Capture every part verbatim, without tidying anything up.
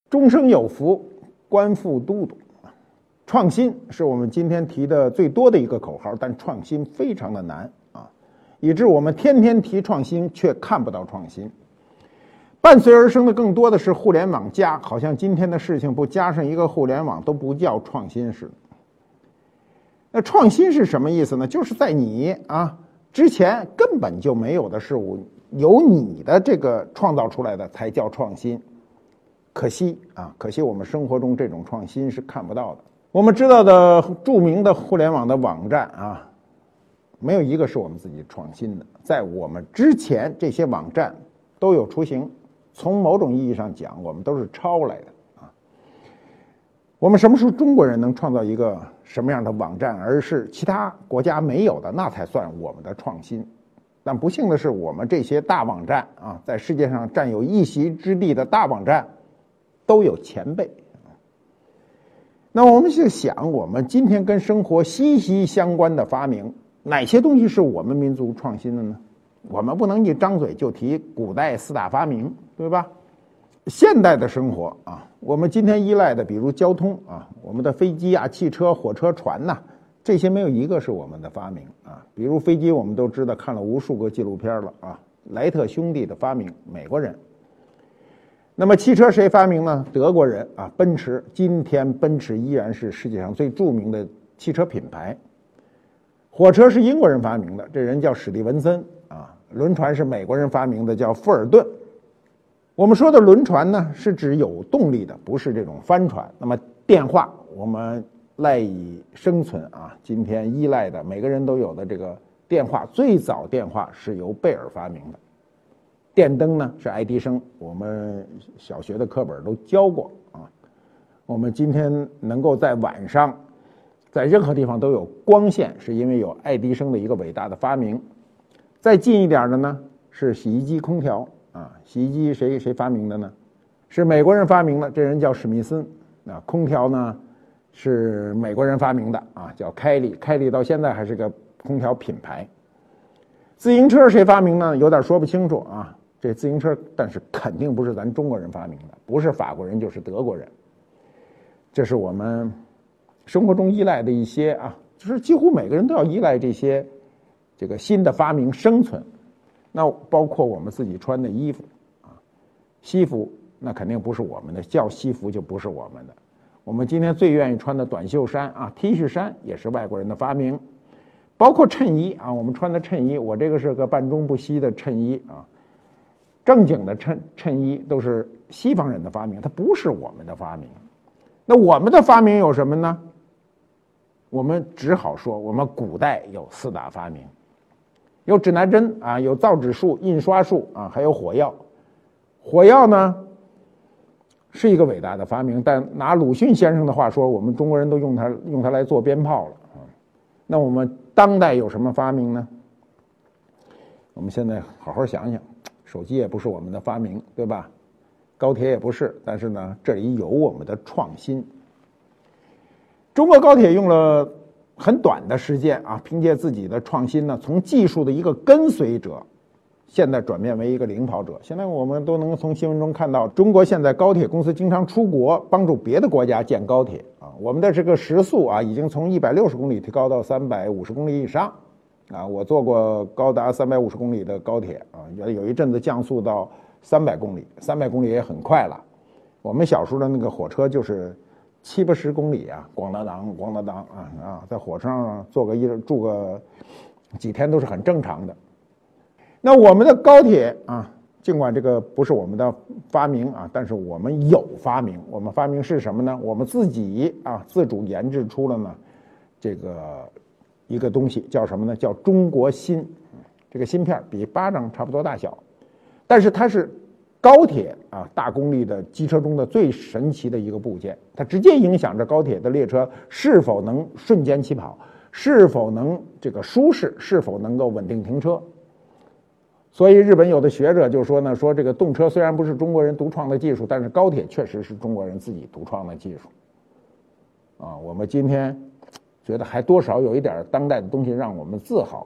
终生有福，官复都督。创新是我们今天提的最多的一个口号，但创新非常的难啊，以致我们天天提创新，却看不到创新。伴随而生的更多的是互联网加，好像今天的事情不加上一个互联网都不叫创新似的。那创新是什么意思呢？就是在你啊之前根本就没有的事物，由你的这个创造出来的才叫创新。可惜啊，可惜我们生活中这种创新是看不到的。我们知道的著名的互联网的网站啊，没有一个是我们自己创新的。在我们之前，这些网站都有雏形。从某种意义上讲，我们都是抄来的啊。我们什么时候中国人能创造一个什么样的网站，而是其他国家没有的，那才算我们的创新。但不幸的是，我们这些大网站啊，在世界上占有一席之地的大网站，都有前辈。那我们就想，我们今天跟生活息息相关的发明，哪些东西是我们民族创新的呢？我们不能一张嘴就提古代四大发明，对吧？现代的生活啊，我们今天依赖的，比如交通啊，我们的飞机啊、汽车、火车、船呐、啊，这些没有一个是我们的发明啊。比如飞机，我们都知道，看了无数个纪录片了啊，莱特兄弟的发明，美国人。那么汽车谁发明呢？德国人啊，奔驰。今天奔驰依然是世界上最著名的汽车品牌。火车是英国人发明的，这人叫史蒂文森啊。轮船是美国人发明的，叫富尔顿。我们说的轮船呢，是指有动力的，不是这种帆船。那么电话，我们赖以生存啊，今天依赖的每个人都有的这个电话，最早电话是由贝尔发明的。电灯呢是爱迪生，我们小学的课本都教过啊。我们今天能够在晚上，在任何地方都有光线，是因为有爱迪生的一个伟大的发明。再近一点的呢，是洗衣机、空调啊。洗衣机谁谁发明的呢？是美国人发明的，这人叫史密森啊。空调呢是美国人发明的啊，叫开利，开利到现在还是个空调品牌。自行车谁发明呢？有点说不清楚啊。这自行车，但是肯定不是咱中国人发明的，不是法国人就是德国人。这是我们生活中依赖的一些啊，就是几乎每个人都要依赖这些这个新的发明生存。那包括我们自己穿的衣服啊，西服那肯定不是我们的，叫西服就不是我们的。我们今天最愿意穿的短袖衫啊 ，T 恤衫也是外国人的发明。包括衬衣啊，我们穿的衬衣，我这个是个半中不西的衬衣啊。正经的衬衬衣都是西方人的发明，它不是我们的发明。那我们的发明有什么呢？我们只好说，我们古代有四大发明，有指南针啊，有造纸术、印刷术啊，还有火药。火药呢是一个伟大的发明，但拿鲁迅先生的话说，我们中国人都用它用它来做鞭炮了啊。那我们当代有什么发明呢？我们现在好好想想。手机也不是我们的发明，对吧？高铁也不是，但是呢，这里有我们的创新。中国高铁用了很短的时间啊，凭借自己的创新呢，从技术的一个跟随者，现在转变为一个领跑者。现在我们都能从新闻中看到，中国现在高铁公司经常出国帮助别的国家建高铁啊。我们的这个时速啊，已经从一百六十公里提高到三百五十公里以上。啊，我坐过高达三百五十公里的高铁啊，有一阵子降速到三百公里，三百公里也很快了。我们小时候的那个火车就是七八十公里啊，咣当当，咣当当啊啊，在火车上坐个一住个几天都是很正常的。那我们的高铁啊，尽管这个不是我们的发明啊，但是我们有发明。我们发明是什么呢？我们自己啊自主研制出了呢这个。一个东西叫什么呢？叫中国芯。这个芯片比巴掌差不多大小，但是它是高铁啊大功率的机车中的最神奇的一个部件，它直接影响着高铁的列车是否能瞬间起跑，是否能这个舒适，是否能够稳定停车。所以日本有的学者就说呢，说这个动车虽然不是中国人独创的技术，但是高铁确实是中国人自己独创的技术。啊，我们今天觉得还多少有一点当代的东西让我们自豪。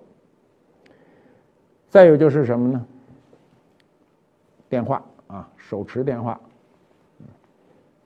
再有就是什么呢？电话啊，手持电话。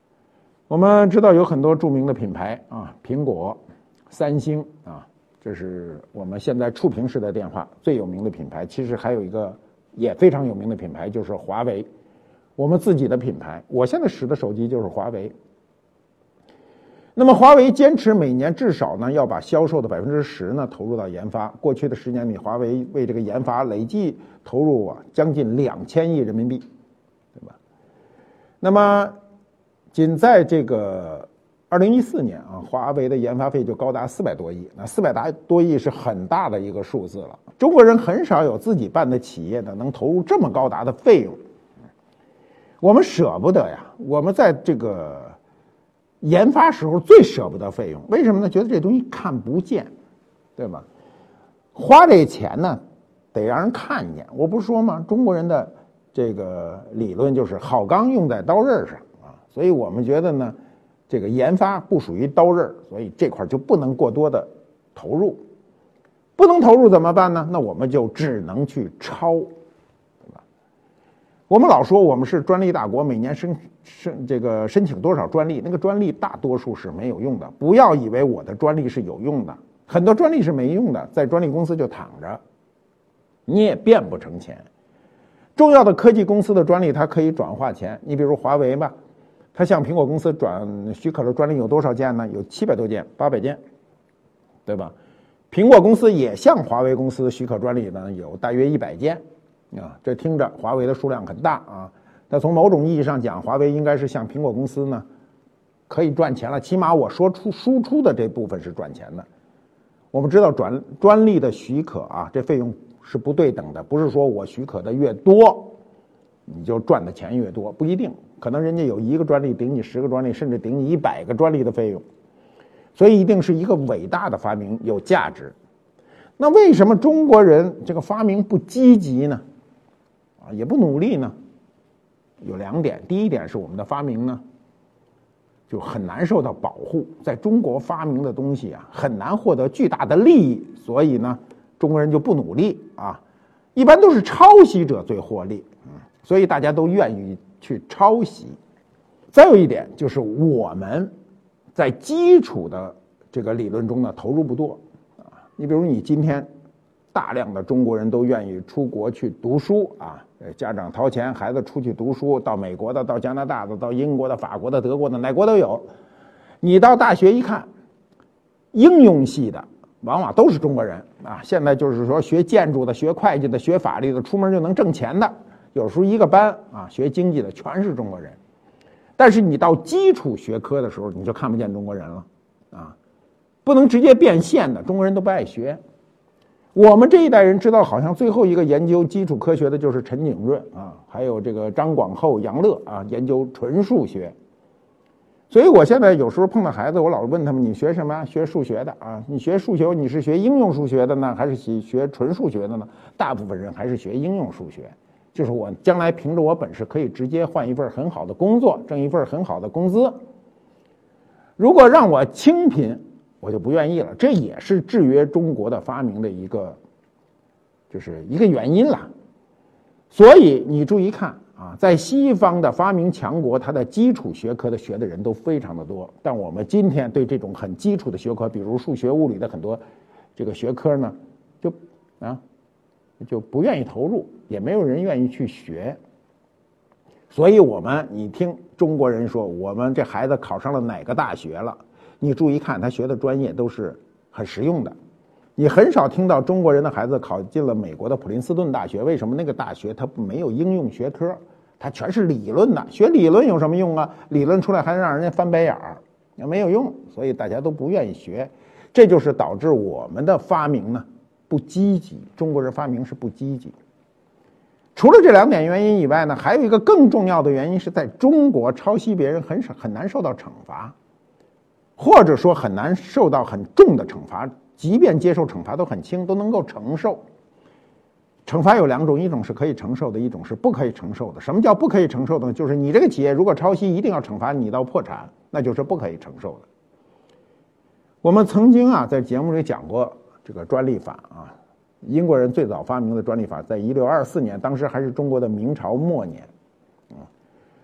我们知道有很多著名的品牌啊，苹果、三星啊，这是我们现在触屏式的电话最有名的品牌。其实还有一个也非常有名的品牌，就是华为。我们自己的品牌，我现在使的手机就是华为。那么华为坚持每年至少呢要把销售的百分之十呢投入到研发。过去的十年里，华为为这个研发累计投入啊将近两千亿人民币，对吧？那么仅在这个二零一四年啊，华为的研发费就高达四百多亿。那四百多亿是很大的一个数字了。中国人很少有自己办的企业呢能投入这么高达的费用，我们舍不得呀。我们在这个研发时候最舍不得费用，为什么呢？觉得这东西看不见，对吧？花这钱呢，得让人看见。我不是说吗？中国人的这个理论就是好钢用在刀刃上啊，所以我们觉得呢，这个研发不属于刀刃，所以这块就不能过多的投入。不能投入怎么办呢？那我们就只能去抄，对吧？我们老说我们是专利大国，每年申申这个申请多少专利，那个专利大多数是没有用的。不要以为我的专利是有用的，很多专利是没用的，在专利公司就躺着，你也变不成钱。重要的科技公司的专利它可以转化钱，你比如华为吧，它向苹果公司转许可的专利有多少件呢？有七百多件、八百件，对吧？苹果公司也向华为公司许可专利呢有大约一百件啊，这听着华为的数量很大啊。但从某种意义上讲，华为应该是向苹果公司呢可以赚钱了，起码我说出输出的这部分是赚钱的。我们知道专专利的许可啊，这费用是不对等的，不是说我许可的越多你就赚的钱越多，不一定，可能人家有一个专利顶你十个专利，甚至顶你一百个专利的费用。所以一定是一个伟大的发明有价值。那为什么中国人这个发明不积极呢？啊，也不努力呢？有两点，第一点是我们的发明呢就很难受到保护，在中国发明的东西啊很难获得巨大的利益，所以呢中国人就不努力啊，一般都是抄袭者最获利，嗯，所以大家都愿意去抄袭。再有一点就是我们在基础的这个理论中呢投入不多啊，你比如你今天大量的中国人都愿意出国去读书啊，家长掏钱，孩子出去读书，到美国的，到加拿大的，到英国的，法国的，德国的，哪国都有。你到大学一看，应用系的往往都是中国人啊。现在就是说学建筑的、学会计的、学法律的，出门就能挣钱的，有时候一个班啊，学经济的全是中国人。但是你到基础学科的时候，你就看不见中国人了啊，不能直接变现的，中国人都不爱学。我们这一代人知道，好像最后一个研究基础科学的就是陈景润啊，还有这个张广厚、杨乐啊，研究纯数学。所以我现在有时候碰到孩子，我老问他们：你学什么？学数学的啊？你学数学，你是学应用数学的呢，还是学纯数学的呢？大部分人还是学应用数学。就是我将来凭着我本事可以直接换一份很好的工作，挣一份很好的工资。如果让我清贫，我就不愿意了。这也是制约中国的发明的一个，就是一个原因了。所以你注意看啊，在西方的发明强国，它的基础学科的学的人都非常的多，但我们今天对这种很基础的学科，比如数学、物理的很多这个学科呢，就啊。就不愿意投入，也没有人愿意去学。所以我们你听中国人说我们这孩子考上了哪个大学了，你注意看他学的专业都是很实用的。你很少听到中国人的孩子考进了美国的普林斯顿大学，为什么？那个大学它没有应用学科，它全是理论的。学理论有什么用啊？理论出来还让人家翻白眼儿，也没有用，所以大家都不愿意学。这就是导致我们的发明呢不积极，中国人发明是不积极。除了这两点原因以外呢，还有一个更重要的原因是在中国抄袭别人很少很难受到惩罚，或者说很难受到很重的惩罚，即便接受惩罚都很轻，都能够承受。惩罚有两种，一种是可以承受的，一种是不可以承受的。什么叫不可以承受的呢？就是你这个企业如果抄袭，一定要惩罚你到破产，那就是不可以承受的。我们曾经啊在节目里讲过这个专利法啊，英国人最早发明的专利法在一六二四年，当时还是中国的明朝末年啊。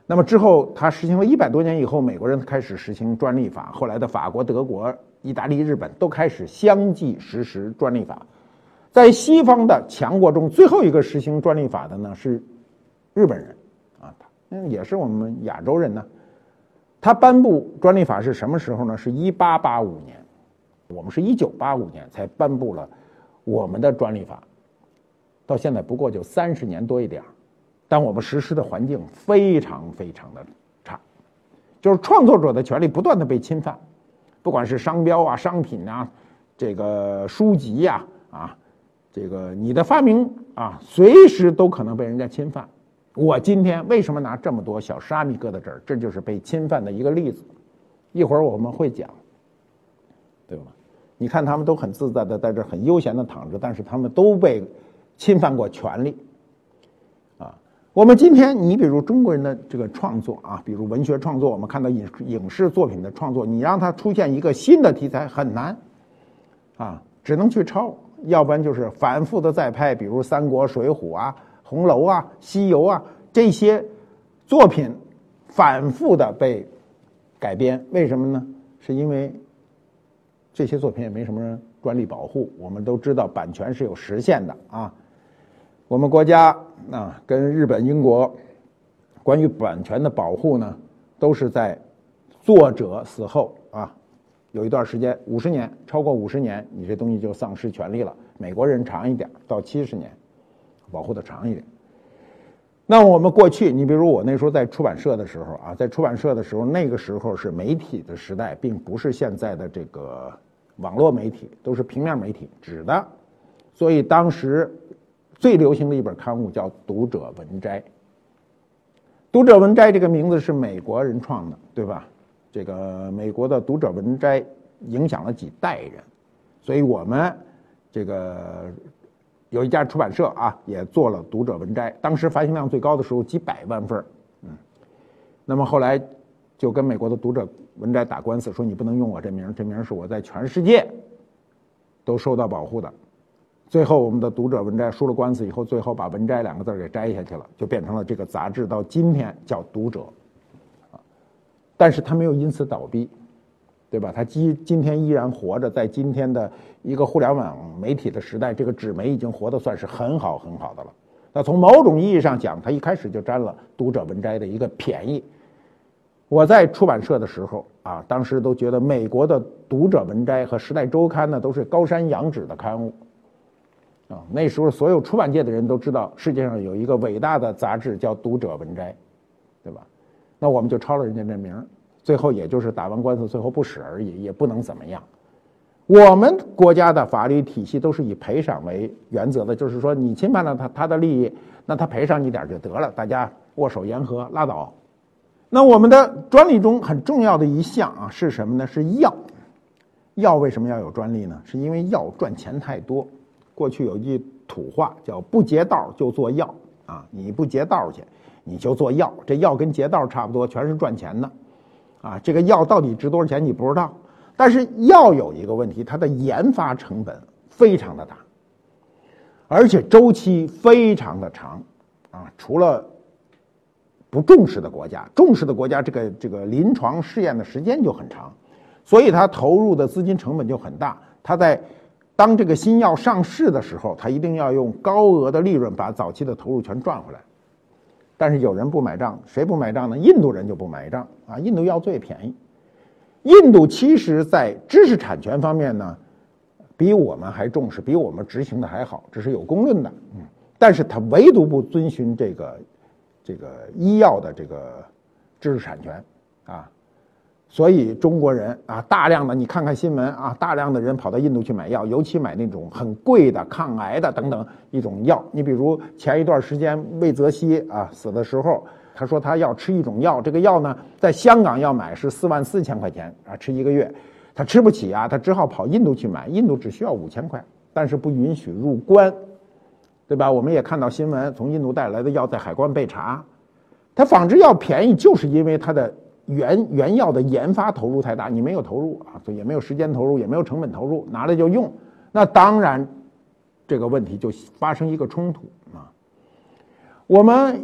那么之后，他实行了一百多年以后，美国人开始实行专利法，后来的法国、德国、意大利、日本都开始相继实施专利法。在西方的强国中，最后一个实行专利法的呢是日本人，啊，也是我们亚洲人呢。他颁布专利法是什么时候呢？是一八八五年，我们是一九八五年才颁布了我们的专利法，到现在不过就三十年多一点。但我们实施的环境非常非常的差，就是创作者的权利不断的被侵犯，不管是商标啊、商品啊、这个书籍呀、啊、啊，这个你的发明啊，随时都可能被人家侵犯。我今天为什么拿这么多小沙弥搁在这儿？这就是被侵犯的一个例子。一会儿我们会讲，对吧？你看他们都很自在的在这儿很悠闲的躺着，但是他们都被侵犯过权利。我们今天，你比如中国人的这个创作啊，比如文学创作，我们看到影影视作品的创作，你让它出现一个新的题材很难，啊，只能去抄，要不然就是反复的再拍，比如三国、水浒啊、红楼啊、西游啊这些作品反复的被改编，为什么呢？是因为这些作品也没什么专利保护，我们都知道版权是有时限的啊。我们国家啊，跟日本、英国关于版权的保护呢，都是在作者死后啊，有一段时间五十年，超过五十年，你这东西就丧失权利了。美国人长一点，到七十年，保护的长一点。那我们过去，你比如我那时候在出版社的时候啊，在出版社的时候，那个时候是媒体的时代，并不是现在的这个网络媒体，都是平面媒体纸的，所以当时最流行的一本刊物叫《读者文摘》。读者文摘这个名字是美国人创的，对吧？这个美国的读者文摘影响了几代人，所以我们这个有一家出版社啊，也做了读者文摘，当时发行量最高的时候几百万份，嗯，那么后来就跟美国的读者文摘打官司，说你不能用我这名，这名是我在全世界都受到保护的。最后我们的读者文摘输了官司以后，最后把文摘两个字给摘下去了，就变成了这个杂志到今天叫读者，但是它没有因此倒闭，对吧？它今今天依然活着，在今天的一个互联网媒体的时代，这个纸媒已经活得算是很好很好的了。那从某种意义上讲，它一开始就占了读者文摘的一个便宜。我在出版社的时候啊，当时都觉得美国的读者文摘和时代周刊呢都是高山仰止的刊物。啊，那时候所有出版界的人都知道，世界上有一个伟大的杂志叫《读者文摘》，对吧？那我们就抄了人家这名，最后也就是打完官司，最后不使而已，也不能怎么样。我们国家的法律体系都是以赔偿为原则的，就是说你侵犯了他他的利益，那他赔偿你点就得了，大家握手言和，拉倒。那我们的专利中很重要的一项啊是什么呢？是药。药为什么要有专利呢？是因为药赚钱太多。过去有句土话叫不劫道就做药啊，你不劫道去，你就做药，这药跟劫道差不多，全是赚钱的啊。这个药到底值多少钱你不知道，但是药有一个问题，它的研发成本非常的大，而且周期非常的长啊。除了不重视的国家，重视的国家这个这个临床试验的时间就很长，所以它投入的资金成本就很大。它在当这个新药上市的时候，他一定要用高额的利润把早期的投入全赚回来。但是有人不买账，谁不买账呢？印度人就不买账啊！印度药最便宜。印度其实在知识产权方面呢，比我们还重视，比我们执行的还好，这是有公论的。嗯，但是他唯独不遵循这个这个医药的这个知识产权啊。所以中国人啊，大量的你看看新闻啊，大量的人跑到印度去买药，尤其买那种很贵的抗癌的等等一种药。你比如前一段时间魏则西啊死的时候，他说他要吃一种药，这个药呢在香港要买是四万四千块钱啊，吃一个月，他吃不起啊，他只好跑印度去买，印度只需要五千块，但是不允许入关，对吧？我们也看到新闻，从印度带来的药在海关被查，他仿制药便宜就是因为它的原原药的研发投入太大，你没有投入啊，所以也没有时间投入，也没有成本投入，拿来就用，那当然这个问题就发生一个冲突啊。我们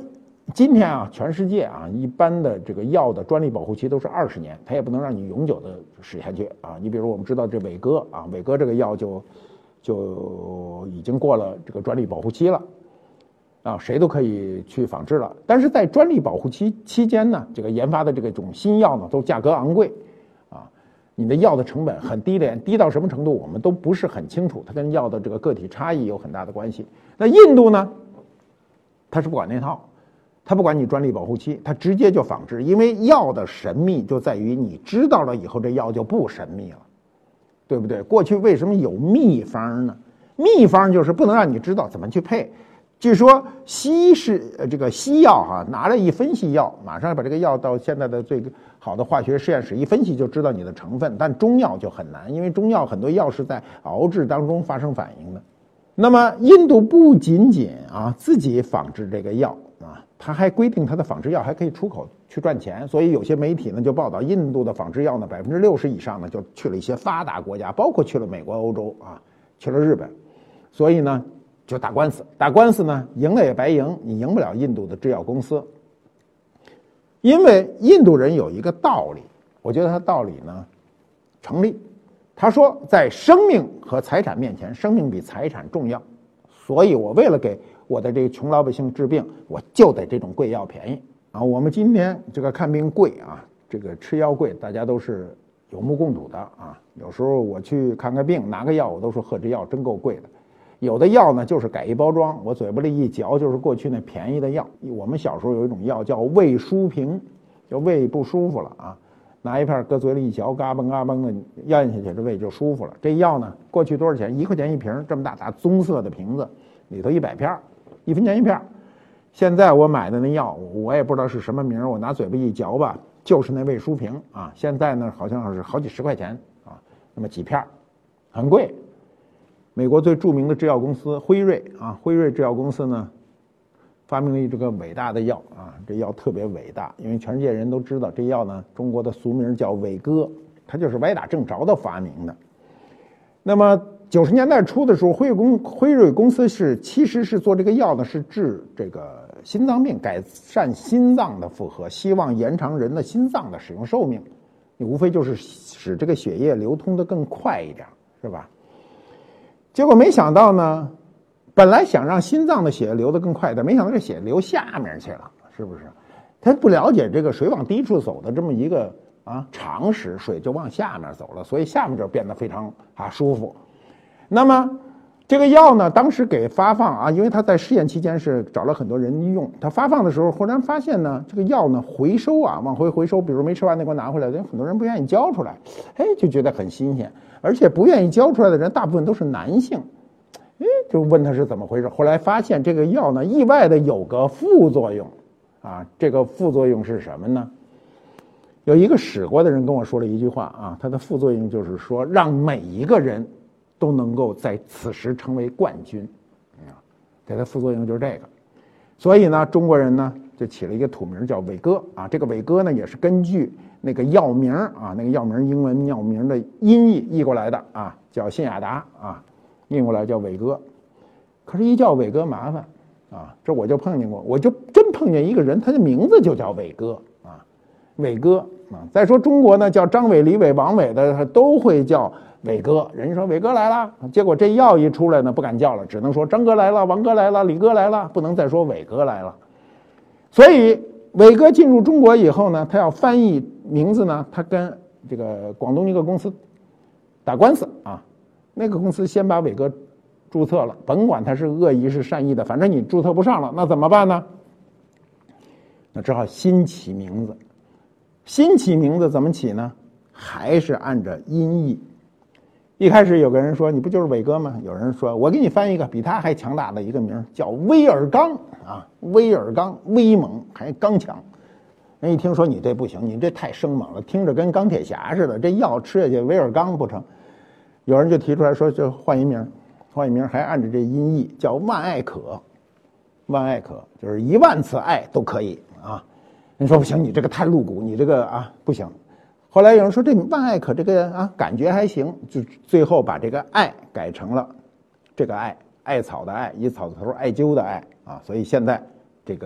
今天啊，全世界啊，一般的这个药的专利保护期都是二十年，它也不能让你永久的使下去啊。你比如我们知道这伟哥啊，伟哥这个药就就已经过了这个专利保护期了啊，谁都可以去仿制了。但是在专利保护期期间呢，这个研发的这个种新药呢，都价格昂贵啊，你的药的成本很低廉，低到什么程度我们都不是很清楚，它跟药的这个个体差异有很大的关系。那印度呢，它是不管那套。他不管你专利保护期，他直接就仿制，因为药的神秘就在于你知道了以后，这药就不神秘了，对不对？过去为什么有秘方呢？秘方就是不能让你知道怎么去配。据说西是呃这个西药哈、啊，拿来一分析药，马上把这个药到现在的最好的化学实验室一分析就知道你的成分，但中药就很难，因为中药很多药是在熬制当中发生反应的。那么印度不仅仅啊自己仿制这个药啊。他还规定他的仿制药还可以出口去赚钱，所以有些媒体呢就报道印度的仿制药呢百分之六十以上呢就去了一些发达国家，包括去了美国、欧洲啊，去了日本，所以呢就打官司，打官司呢赢了也白赢，你赢不了印度的制药公司，因为印度人有一个道理，我觉得他道理呢成立，他说在生命和财产面前，生命比财产重要，所以我为了给我的这个穷老百姓治病，我就得这种贵药便宜啊！我们今天这个看病贵啊，这个吃药贵，大家都是有目共睹的啊。有时候我去看看病，拿个药，我都说呵，这药真够贵的。有的药呢，就是改一包装，我嘴巴里一嚼，就是过去那便宜的药。我们小时候有一种药叫胃舒平，就胃不舒服了啊，拿一片搁嘴里一嚼，嘎嘣嘎嘣的咽下去，这胃就舒服了。这药呢，过去多少钱？一块钱一瓶，这么大大棕色的瓶子，里头一百片。一分钱一片，现在我买的那药我也不知道是什么名，我拿嘴巴一嚼吧，就是那胃舒平啊。现在呢好像是好几十块钱啊，那么几片，很贵。美国最著名的制药公司辉瑞啊，辉瑞制药公司呢发明了这个伟大的药啊，这药特别伟大，因为全世界人都知道这药呢，中国的俗名叫伟哥，它就是歪打正着的发明的。那么九十年代初的时候，辉瑞公辉瑞公司是其实是做这个药呢，是治这个心脏病，改善心脏的负荷，希望延长人的心脏的使用寿命。你无非就是使这个血液流通的更快一点，是吧？结果没想到呢，本来想让心脏的血流得更快一点，没想到这血流下面去了，是不是？他不了解这个水往低处走的这么一个啊常识，水就往下面走了，所以下面就变得非常啊舒服。那么这个药呢，当时给发放啊，因为他在试验期间是找了很多人用，他发放的时候忽然发现呢，这个药呢回收啊，往回回收，比如没吃完的给我拿回来，有很多人不愿意交出来，哎，就觉得很新鲜，而且不愿意交出来的人大部分都是男性，哎，就问他是怎么回事，后来发现这个药呢意外的有个副作用啊，这个副作用是什么呢？有一个使过的人跟我说了一句话啊，它的副作用就是说让每一个人都能够在此时成为冠军，啊，它的副作用就是这个。所以呢，中国人呢就起了一个土名叫伟哥啊。这个伟哥呢也是根据那个药名啊，那个药名英文药名的音译译过来的啊，叫信雅达啊，译过来叫伟哥。可是，一叫伟哥麻烦啊，这我就碰见过，我就真碰见一个人，他的名字就叫伟哥啊，伟哥啊。再说中国呢，叫张伟、李伟、王伟的都会叫伟哥，人家说伟哥来了，结果这药一出来呢，不敢叫了，只能说张哥来了，王哥来了，李哥来了，不能再说伟哥来了。所以伟哥进入中国以后呢，他要翻译名字呢，他跟这个广东一个公司打官司啊，那个公司先把伟哥注册了，甭管他是恶意是善意的，反正你注册不上了，那怎么办呢？那只好新起名字。新起名字怎么起呢？还是按照音译。一开始有个人说你不就是伟哥吗？有人说我给你翻一个比他还强大的一个名叫威尔刚啊，威尔刚威猛还刚强。人一听说你这不行，你这太生猛了，听着跟钢铁侠似的，这药吃下去威尔刚不成。有人就提出来说就换一名，换一名还按照这音译叫万爱可，万爱可就是一万次爱都可以啊。人说不行，你这个太露骨，你这个啊不行。后来有人说这万艾可这个啊感觉还行，就最后把这个艾改成了这个艾，艾草的艾，一草字头艾灸的艾啊，所以现在这个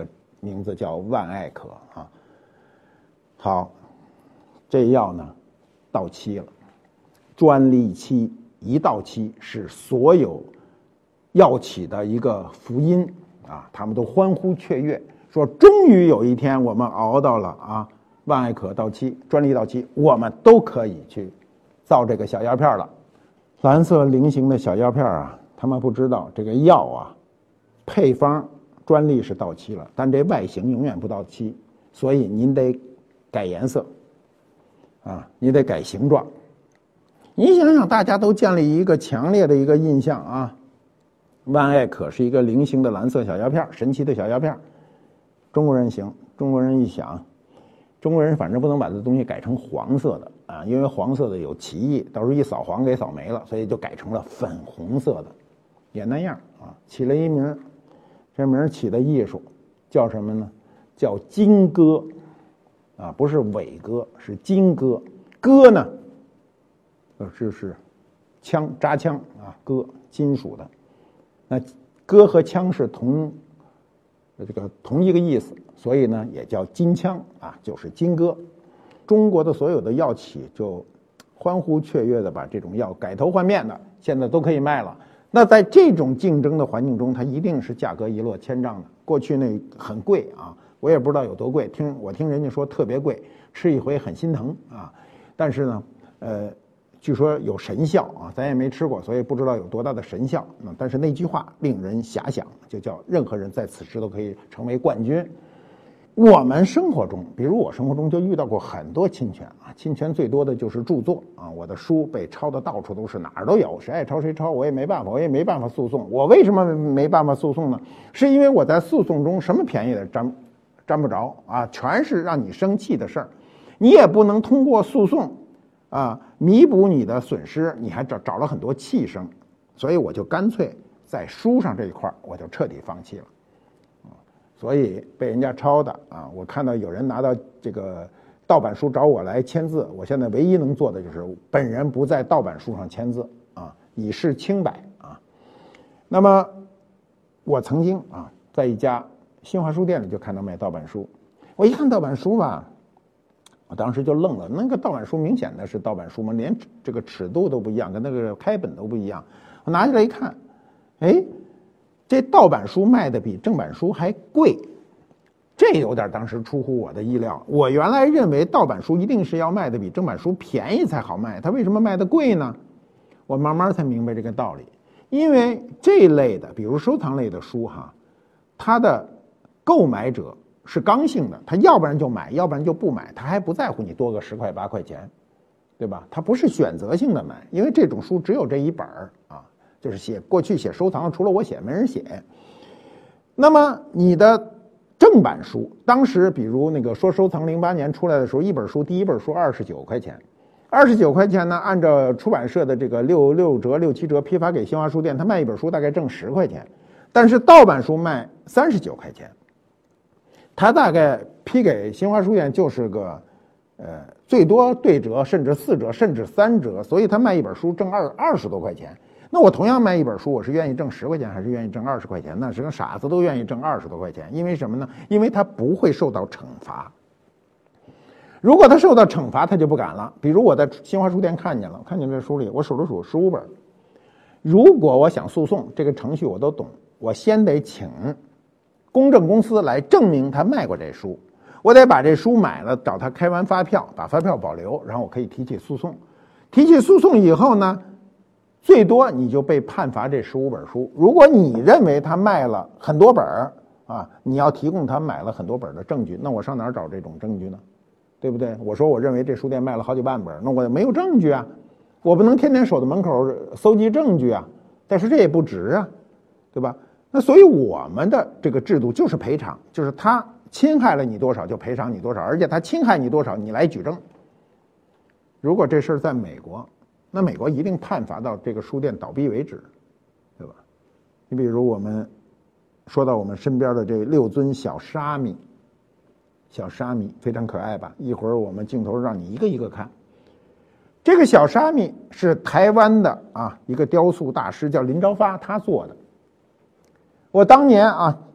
名字叫万艾可啊。好，这药呢到期了，专利期一到期是所有药企的一个福音啊，他们都欢呼雀跃，说终于有一天我们熬到了啊，万艾可到期，专利到期，我们都可以去造这个小药片了。蓝色菱形的小药片啊，他们不知道这个药啊，配方专利是到期了，但这外形永远不到期，所以您得改颜色啊，你得改形状。你想想，大家都建立一个强烈的一个印象啊，万艾可是一个菱形的蓝色小药片，神奇的小药片。中国人行，中国人一想，中国人反正不能把这东西改成黄色的啊，因为黄色的有歧义，到时候一扫黄给扫没了，所以就改成了粉红色的，也那样啊，起了一名，这名起的艺术，叫什么呢？叫金戈啊，不是伟哥，是金戈。戈呢，呃，这是枪，扎枪啊，戈，金属的。那戈和枪是同这个同一个意思，所以呢也叫金枪啊，就是金戈。中国的所有的药企就欢呼雀跃的把这种药改头换面的，现在都可以卖了。那在这种竞争的环境中，它一定是价格一落千丈的。过去那很贵啊，我也不知道有多贵，听我听人家说特别贵，吃一回很心疼啊。但是呢，呃，据说有神效啊，咱也没吃过，所以不知道有多大的神效。那但是那句话令人遐想，就叫任何人在此时都可以成为冠军。我们生活中，比如我生活中就遇到过很多侵权啊，侵权最多的就是著作啊，我的书被抄的到处都是，哪儿都有，谁爱抄谁抄，我也没办法，我也没办法诉讼。我为什么没办法诉讼呢？是因为我在诉讼中什么便宜的沾沾不着啊，全是让你生气的事儿，你也不能通过诉讼啊弥补你的损失，你还找找了很多气声，所以我就干脆在书上这一块我就彻底放弃了。所以被人家抄的啊，我看到有人拿到这个盗版书找我来签字，我现在唯一能做的就是本人不在盗版书上签字啊，以示清白啊。那么我曾经啊在一家新华书店里就看到卖盗版书，我一看盗版书吧，我当时就愣了，那个盗版书明显的是盗版书嘛，连这个尺度都不一样，跟那个开本都不一样。我拿起来一看，哎。这盗版书卖的比正版书还贵，这有点当时出乎我的意料。我原来认为盗版书一定是要卖的比正版书便宜才好卖，它为什么卖的贵呢？我慢慢才明白这个道理。因为这类的，比如收藏类的书哈，它的购买者是刚性的，他要不然就买，要不然就不买，他还不在乎你多个十块八块钱，对吧？他不是选择性的买，因为这种书只有这一本啊。就是写过去写收藏，除了我写没人写。那么你的正版书，当时比如那个说收藏零八年出来的时候，一本书第一本书二十九块钱，二十九块钱呢，按照出版社的这个六六折六七折批发给新华书店，他卖一本书大概挣十块钱，但是盗版书卖三十九块钱，他大概批给新华书店就是个呃最多对折，甚至四折，甚至三折，所以他卖一本书挣二二十多块钱。那我同样卖一本书，我是愿意挣十块钱还是愿意挣二十块钱呢？是个傻子都愿意挣二十多块钱，因为什么呢？因为他不会受到惩罚。如果他受到惩罚，他就不敢了。比如我在新华书店看见了，看见这书里，我数了数十五本。如果我想诉讼，这个程序我都懂，我先得请公证公司来证明他卖过这书，我得把这书买了，找他开完发票，把发票保留，然后我可以提起诉讼。提起诉讼以后呢？最多你就被判罚这十五本书。如果你认为他卖了很多本啊，你要提供他买了很多本的证据，那我上哪儿找这种证据呢？对不对？我说我认为这书店卖了好几万本，那我没有证据啊，我不能天天守在门口搜集证据啊。但是这也不值啊，对吧？那所以我们的这个制度就是赔偿，就是他侵害了你多少就赔偿你多少，而且他侵害你多少你来举证。如果这事儿在美国，那美国一定判罚到这个书店倒闭为止，对吧？你比如我们说到我们身边的这六尊小沙弥，小沙弥非常可爱吧？一会儿我们镜头让你一个一个看。这个小沙弥是台湾的啊一个雕塑大师，叫林昭发，他做的。我当年啊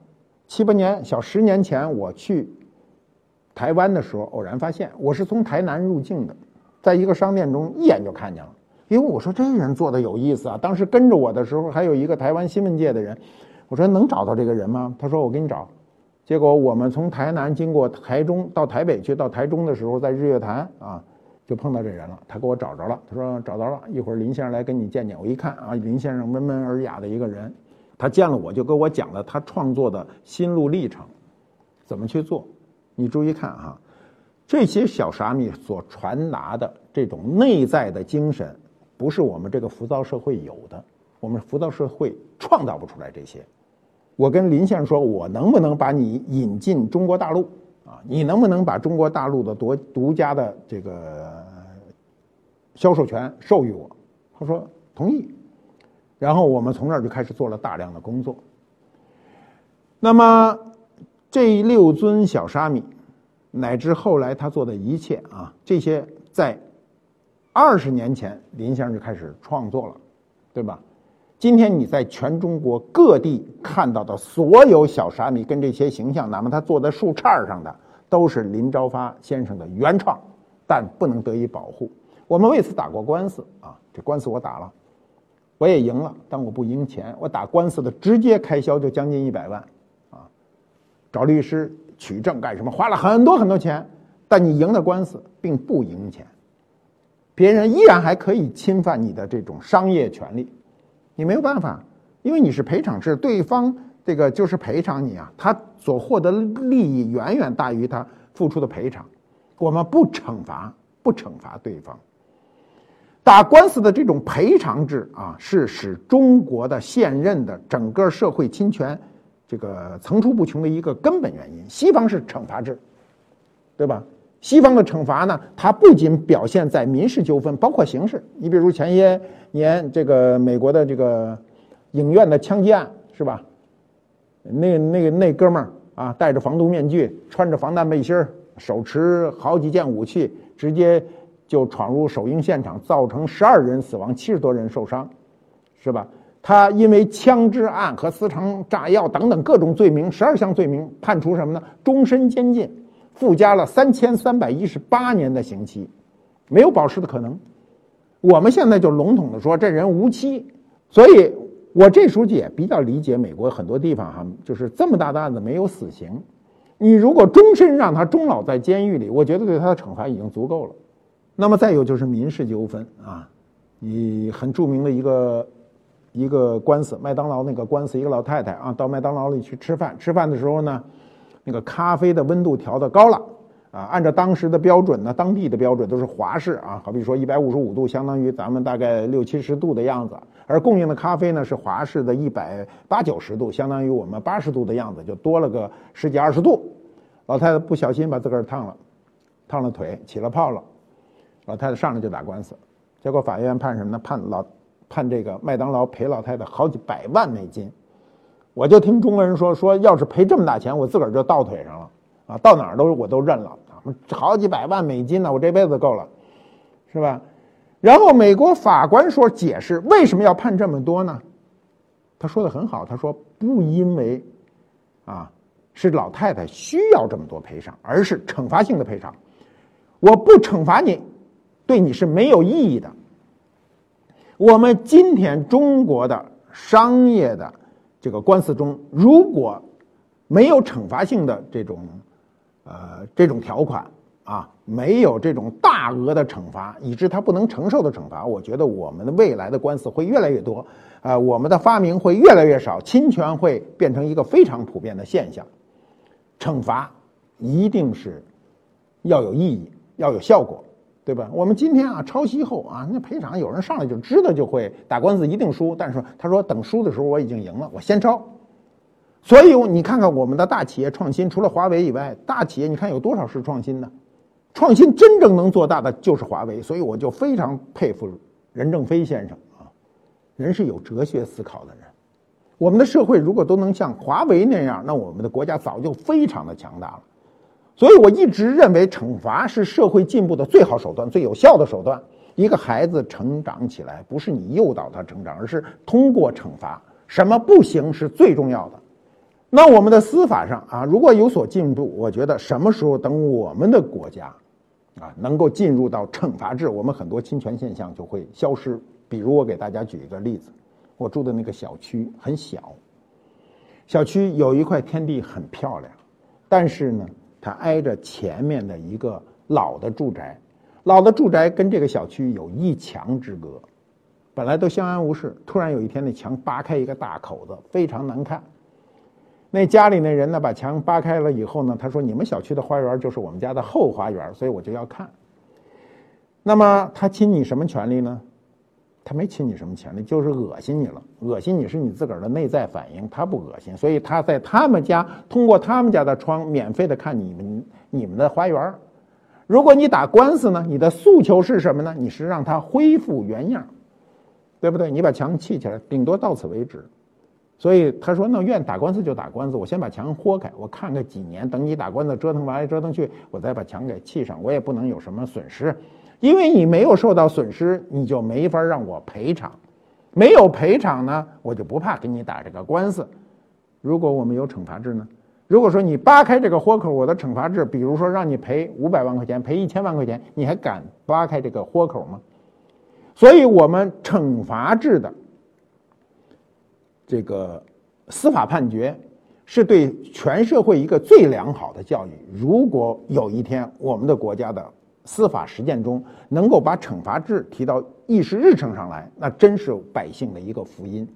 七八年小十年前我去台湾的时候，偶然发现我是从台南入境的，在一个商店中一眼就看见了。因为我说这人做的有意思啊，当时跟着我的时候还有一个台湾新闻界的人，我说能找到这个人吗？他说我给你找。结果我们从台南经过台中到台北去，到台中的时候在日月潭啊就碰到这人了，他给我找着了，他说找着了，一会儿林先生来跟你见见。我一看啊，林先生温文尔雅的一个人，他见了我就跟我讲了他创作的心路历程，怎么去做。你注意看哈，这些小沙弥所传达的这种内在的精神，不是我们这个浮躁社会有的，我们浮躁社会创造不出来这些。我跟林先生说，我能不能把你引进中国大陆啊？你能不能把中国大陆的独独家的这个销售权授予我？他说同意。然后我们从那儿就开始做了大量的工作。那么这六尊小沙弥，乃至后来他做的一切啊，这些在二十年前林先生就开始创作了，对吧？今天你在全中国各地看到的所有小沙弥跟这些形象，哪怕他坐在树杈上的，都是林昭发先生的原创，但不能得以保护。我们为此打过官司啊，这官司我打了，我也赢了，但我不赢钱。我打官司的直接开销就将近一百万啊，找律师取证干什么，花了很多很多钱，但你赢的官司并不赢钱，别人依然还可以侵犯你的这种商业权利。你没有办法，因为你是赔偿制，对方这个就是赔偿你啊，他所获得的利益远远大于他付出的赔偿。我们不惩罚，不惩罚对方。打官司的这种赔偿制啊，是使中国的现任的整个社会侵权这个层出不穷的一个根本原因。西方是惩罚制，对吧？西方的惩罚呢，它不仅表现在民事纠纷，包括刑事。你比如前些年这个美国的这个影院的枪击案，是吧？那那个那哥们儿啊，戴着防毒面具，穿着防弹背心，手持好几件武器，直接就闯入首映现场，造成十二人死亡，七十多人受伤，是吧？他因为枪支案和私藏炸药等等各种罪名，十二项罪名，判处什么呢？终身监禁。附加了三千三百一十八年的刑期，没有保释的可能。我们现在就笼统的说这人无期，所以我这时候也比较理解美国很多地方哈，就是这么大的案子没有死刑，你如果终身让他终老在监狱里，我觉得对他的惩罚已经足够了。那么再有就是民事纠纷啊，你很著名的一个一个官司，麦当劳那个官司，一个老太太啊到麦当劳里去吃饭，吃饭的时候呢，那个咖啡的温度调得高了啊，按照当时的标准呢，当地的标准都是华氏啊，好比说一百五十五度，相当于咱们大概六七十度的样子，而供应的咖啡呢是华氏的一百八九十度，相当于我们八十度的样子，就多了个十几二十度。老太太不小心把自个儿烫了，烫了腿，起了泡了，老太太上来就打官司，结果法院判什么呢？判老判这个麦当劳赔老太太好几百万美金。我就听中国人说说，要是赔这么大钱，我自个儿就倒腿上了啊，到哪儿都我都认了啊，好几百万美金呢，我这辈子够了，是吧？然后美国法官说解释为什么要判这么多呢？他说的很好，他说不因为啊是老太太需要这么多赔偿，而是惩罚性的赔偿。我不惩罚你，对你是没有意义的。我们今天中国的商业的这个官司中，如果没有惩罚性的这种呃这种条款啊，没有这种大额的惩罚，以致他不能承受的惩罚，我觉得我们的未来的官司会越来越多，呃，我们的发明会越来越少，侵权会变成一个非常普遍的现象。惩罚一定是要有意义，要有效果，对吧？我们今天啊，抄袭后啊，那赔偿有人上来就知道就会打官司一定输，但是他说等输的时候我已经赢了，我先抄。所以你看看我们的大企业创新，除了华为以外，大企业你看有多少是创新的？创新真正能做大的就是华为，所以我就非常佩服任正非先生啊，人是有哲学思考的人。我们的社会如果都能像华为那样，那我们的国家早就非常的强大了。所以我一直认为惩罚是社会进步的最好手段，最有效的手段。一个孩子成长起来，不是你诱导他成长，而是通过惩罚。什么不行是最重要的。 那我们的司法上啊，如果有所进步，我觉得什么时候等我们的国家啊能够进入到惩罚制，我们很多侵权现象就会消失。比如我给大家举一个例子，我住的那个小区很小，小区有一块天地很漂亮，但是呢，它挨着前面的一个老的住宅，老的住宅跟这个小区有一墙之隔，本来都相安无事，突然有一天那墙扒开一个大口子，非常难看。那家里那人呢，把墙扒开了以后呢，他说你们小区的花园就是我们家的后花园，所以我就要看。那么他侵你什么权利呢？他没侵你什么权利，就是恶心你了。恶心你是你自个儿的内在反应，他不恶心，所以他在他们家通过他们家的窗免费的看你们你们的花园。如果你打官司呢，你的诉求是什么呢？你是让它恢复原样，对不对？你把墙砌起来，顶多到此为止。所以他说那愿意打官司就打官司，我先把墙豁开，我看个几年，等你打官司折腾来折腾去，我再把墙给砌上，我也不能有什么损失，因为你没有受到损失，你就没法让我赔偿，没有赔偿呢，我就不怕跟你打这个官司。如果我们有惩罚制呢？如果说你扒开这个豁口，我的惩罚制，比如说让你赔五百万块钱，赔一千万块钱，你还敢扒开这个豁口吗？所以我们惩罚制的这个司法判决是对全社会一个最良好的教育。如果有一天我们的国家的司法实践中能够把惩罚制提到议事日程上来，那真是百姓的一个福音。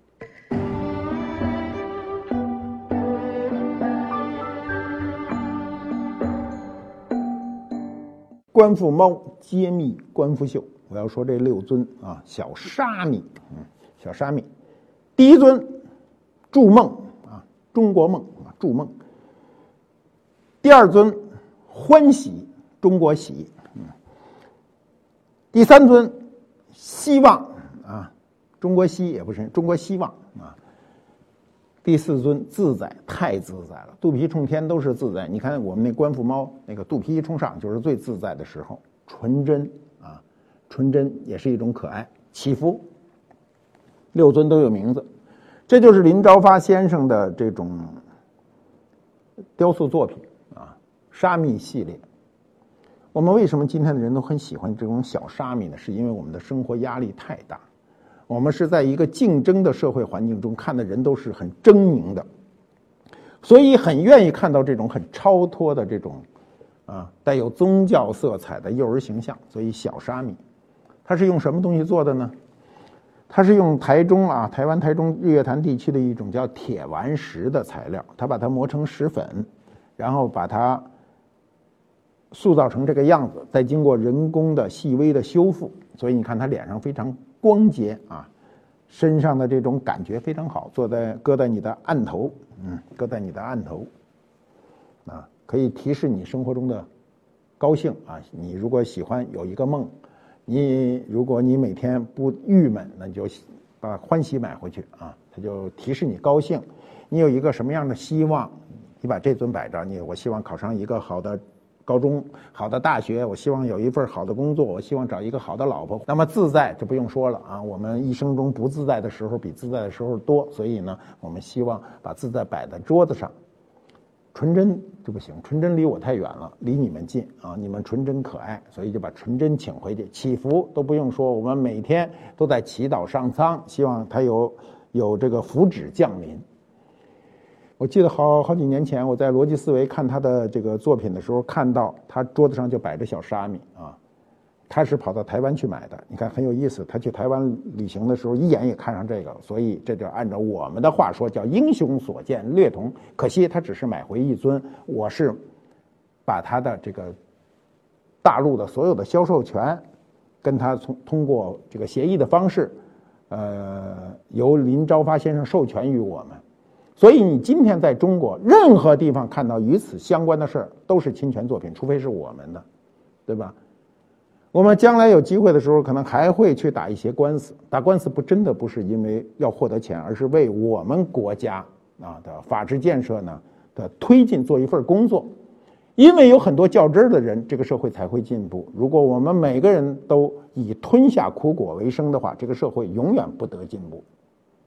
官复猫揭秘官复秀，我要说这六尊啊，小沙弥，嗯，小沙弥。第一尊筑梦啊，中国梦啊，筑梦。第二尊欢喜，中国喜。嗯。第三尊希望啊，中国希也不是中国希望啊。第四尊自在，太自在了，肚皮冲天都是自在。你看我们那官复猫，那个肚皮一冲上就是最自在的时候，纯真啊，纯真也是一种可爱，祈福。六尊都有名字，这就是林昭发先生的这种雕塑作品啊，沙弥系列。我们为什么今天的人都很喜欢这种小沙弥呢？是因为我们的生活压力太大。我们是在一个竞争的社会环境中，看的人都是很狰狞的，所以很愿意看到这种很超脱的这种啊带有宗教色彩的幼儿形象。所以小沙弥它是用什么东西做的呢？它是用台中啊台湾台中日月潭地区的一种叫铁丸石的材料，它把它磨成石粉，然后把它塑造成这个样子，再经过人工的细微的修复，所以你看他脸上非常光洁啊，身上的这种感觉非常好，坐在搁在你的案头，嗯，搁在你的案头，啊，可以提示你生活中的高兴啊。你如果喜欢有一个梦，你如果你每天不郁闷，那你就把欢喜买回去啊，它就提示你高兴。你有一个什么样的希望，你把这尊摆着，你我希望考上一个好的高中，好的大学，我希望有一份好的工作，我希望找一个好的老婆。那么自在这不用说了啊，我们一生中不自在的时候比自在的时候多，所以呢，我们希望把自在摆在桌子上。纯真就不行，纯真离我太远了，离你们近啊，你们纯真可爱，所以就把纯真请回去。祈福都不用说，我们每天都在祈祷上苍，希望他有有这个福祉降临。我记得好好几年前，我在逻辑思维看他的这个作品的时候，看到他桌子上就摆着小沙弥啊，他是跑到台湾去买的，你看很有意思。他去台湾旅行的时候，一眼也看上这个，所以这就按照我们的话说，叫英雄所见略同。可惜他只是买回一尊，我是把他的这个大陆的所有的销售权，跟他从通过这个协议的方式，呃，由林昭发先生授权于我们。所以你今天在中国任何地方看到与此相关的事儿，都是侵权作品，除非是我们的，对吧？我们将来有机会的时候，可能还会去打一些官司。打官司不真的不是因为要获得钱，而是为我们国家啊的法治建设呢的推进做一份工作。因为有很多较真儿的人，这个社会才会进步。如果我们每个人都以吞下苦果为生的话，这个社会永远不得进步。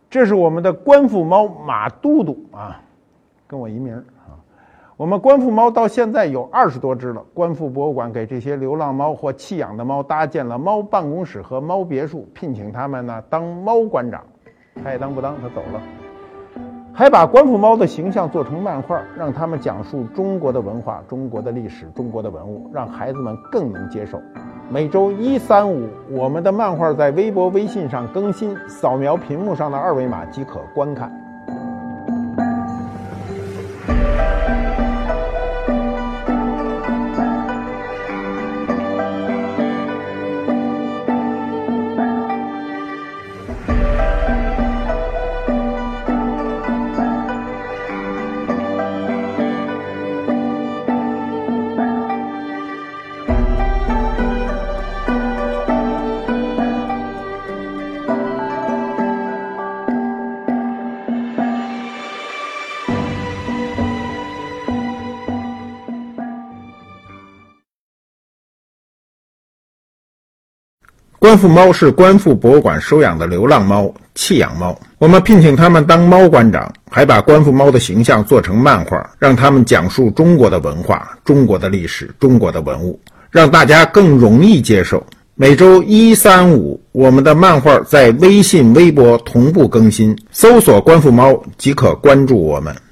这是我们的官复猫马都督啊，跟我一名啊。我们官复猫到现在有二十多只了。官复博物馆给这些流浪猫或弃养的猫搭建了猫办公室和猫别墅，聘请他们呢当猫馆长，他也当不当，他走了。还把官复猫的形象做成漫画，让他们讲述中国的文化、中国的历史、中国的文物，让孩子们更能接受。每周一、三、五，我们的漫画在微博、微信上更新，扫描屏幕上的二维码即可观看。官复猫是官复博物馆收养的流浪猫、弃养猫，我们聘请他们当猫馆长，还把官复猫的形象做成漫画，让他们讲述中国的文化、中国的历史、中国的文物，让大家更容易接受。每周一、三、五，我们的漫画在微信、微博同步更新，搜索官复猫即可关注我们。